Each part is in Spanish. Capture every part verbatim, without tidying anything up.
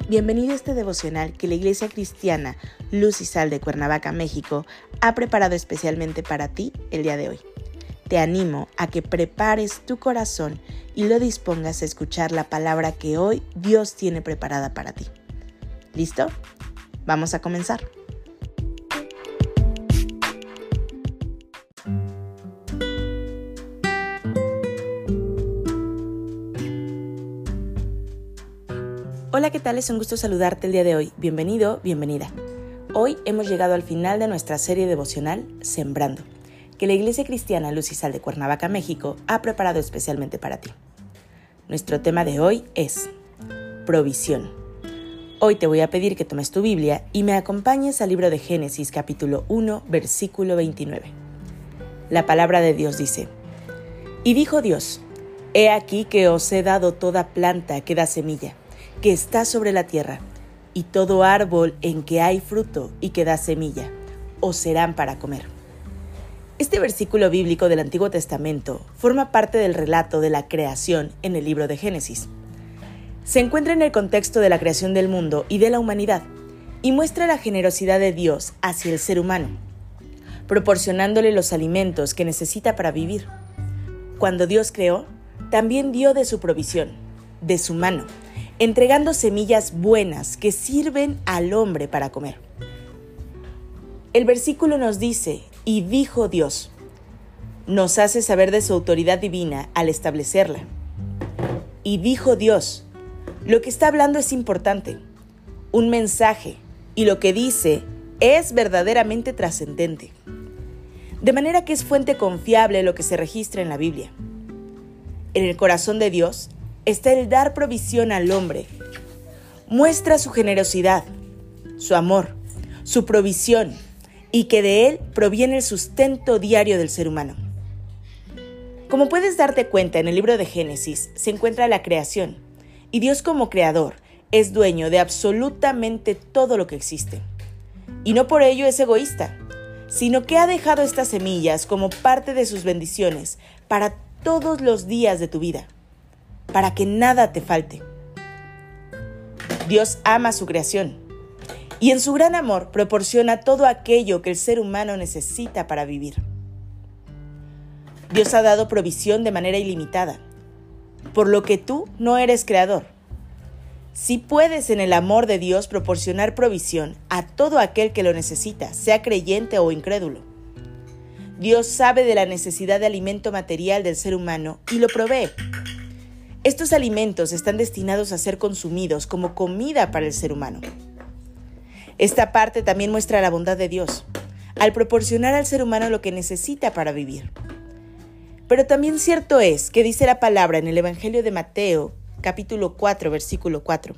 Bienvenido a este devocional que la Iglesia Cristiana Luz y Sal de Cuernavaca, México, ha preparado especialmente para ti el día de hoy. Te animo a que prepares tu corazón y lo dispongas a escuchar la palabra que hoy Dios tiene preparada para ti. ¿Listo? Vamos a comenzar. Hola, ¿qué tal? Es un gusto saludarte el día de hoy. Bienvenido, bienvenida. Hoy hemos llegado al final de nuestra serie devocional Sembrando, que la Iglesia Cristiana Luz y Sal de Cuernavaca, México, ha preparado especialmente para ti. Nuestro tema de hoy es provisión. Hoy te voy a pedir que tomes tu Biblia y me acompañes al libro de Génesis, capítulo uno, versículo veintinueve. La palabra de Dios dice: Y dijo Dios, he aquí que os he dado toda planta que da semilla, que está sobre la tierra, y todo árbol en que hay fruto y que da semilla, os serán para comer. Este versículo bíblico del Antiguo Testamento forma parte del relato de la creación en el libro de Génesis. Se encuentra en el contexto de la creación del mundo y de la humanidad, y muestra la generosidad de Dios hacia el ser humano, proporcionándole los alimentos que necesita para vivir. Cuando Dios creó, también dio de su provisión, de su mano, entregando semillas buenas que sirven al hombre para comer. El versículo nos dice, y dijo Dios, nos hace saber de su autoridad divina al establecerla. Y dijo Dios, lo que está hablando es importante, un mensaje, y lo que dice es verdaderamente trascendente. De manera que es fuente confiable lo que se registra en la Biblia. En el corazón de Dios está el dar provisión al hombre. Muestra su generosidad, su amor, su provisión, y que de él proviene el sustento diario del ser humano. Como puedes darte cuenta, en el libro de Génesis se encuentra la creación, y Dios como creador es dueño de absolutamente todo lo que existe. Y no por ello es egoísta, sino que ha dejado estas semillas como parte de sus bendiciones para todos los días de tu vida, para que nada te falte. Dios ama su creación y en su gran amor proporciona todo aquello que el ser humano necesita para vivir. Dios ha dado provisión de manera ilimitada, por lo que tú no eres creador. Sí puedes en el amor de Dios proporcionar provisión a todo aquel que lo necesita, sea creyente o incrédulo. Dios sabe de la necesidad de alimento material del ser humano y lo provee. Estos alimentos están destinados a ser consumidos como comida para el ser humano. Esta parte también muestra la bondad de Dios, al proporcionar al ser humano lo que necesita para vivir. Pero también cierto es que dice la palabra en el Evangelio de Mateo, capítulo cuatro, versículo cuatro.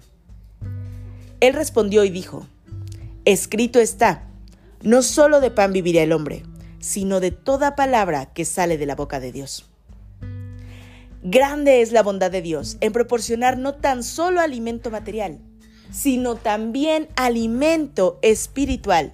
Él respondió y dijo, escrito está, no solo de pan vivirá el hombre, sino de toda palabra que sale de la boca de Dios. Grande es la bondad de Dios en proporcionar no tan solo alimento material, sino también alimento espiritual.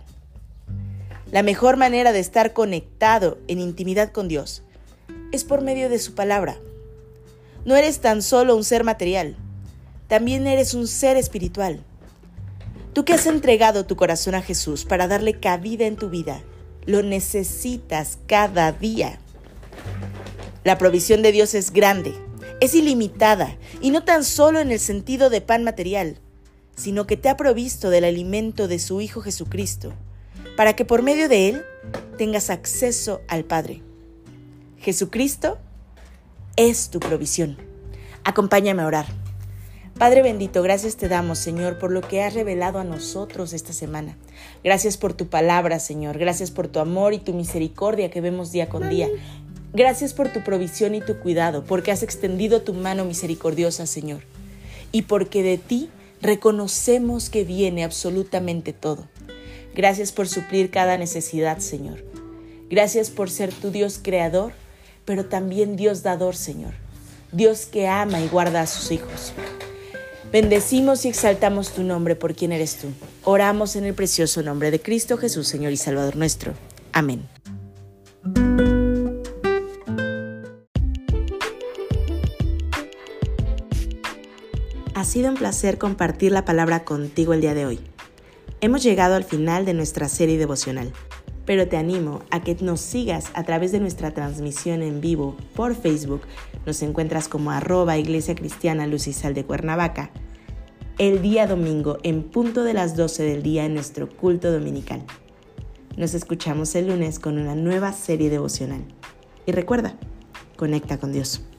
La mejor manera de estar conectado en intimidad con Dios es por medio de su palabra. No eres tan solo un ser material, también eres un ser espiritual. Tú que has entregado tu corazón a Jesús para darle cabida en tu vida, lo necesitas cada día. La provisión de Dios es grande, es ilimitada, y no tan solo en el sentido de pan material, sino que te ha provisto del alimento de su Hijo Jesucristo, para que por medio de él tengas acceso al Padre. Jesucristo es tu provisión. Acompáñame a orar. Padre bendito, gracias te damos, Señor, por lo que has revelado a nosotros esta semana. Gracias por tu palabra, Señor. Gracias por tu amor y tu misericordia que vemos día con día. Gracias por tu provisión y tu cuidado, porque has extendido tu mano misericordiosa, Señor. Y porque de ti reconocemos que viene absolutamente todo. Gracias por suplir cada necesidad, Señor. Gracias por ser tu Dios creador, pero también Dios dador, Señor. Dios que ama y guarda a sus hijos. Bendecimos y exaltamos tu nombre por quien eres tú. Oramos en el precioso nombre de Cristo Jesús, Señor y Salvador nuestro. Amén. Ha sido un placer compartir la palabra contigo el día de hoy. Hemos llegado al final de nuestra serie devocional, pero te animo a que nos sigas a través de nuestra transmisión en vivo por Facebook. Nos encuentras como arroba Iglesia Cristiana Luz y Sal de Cuernavaca, el día domingo en punto de las doce del día en nuestro culto dominical. Nos escuchamos el lunes con una nueva serie devocional. Y recuerda, conecta con Dios.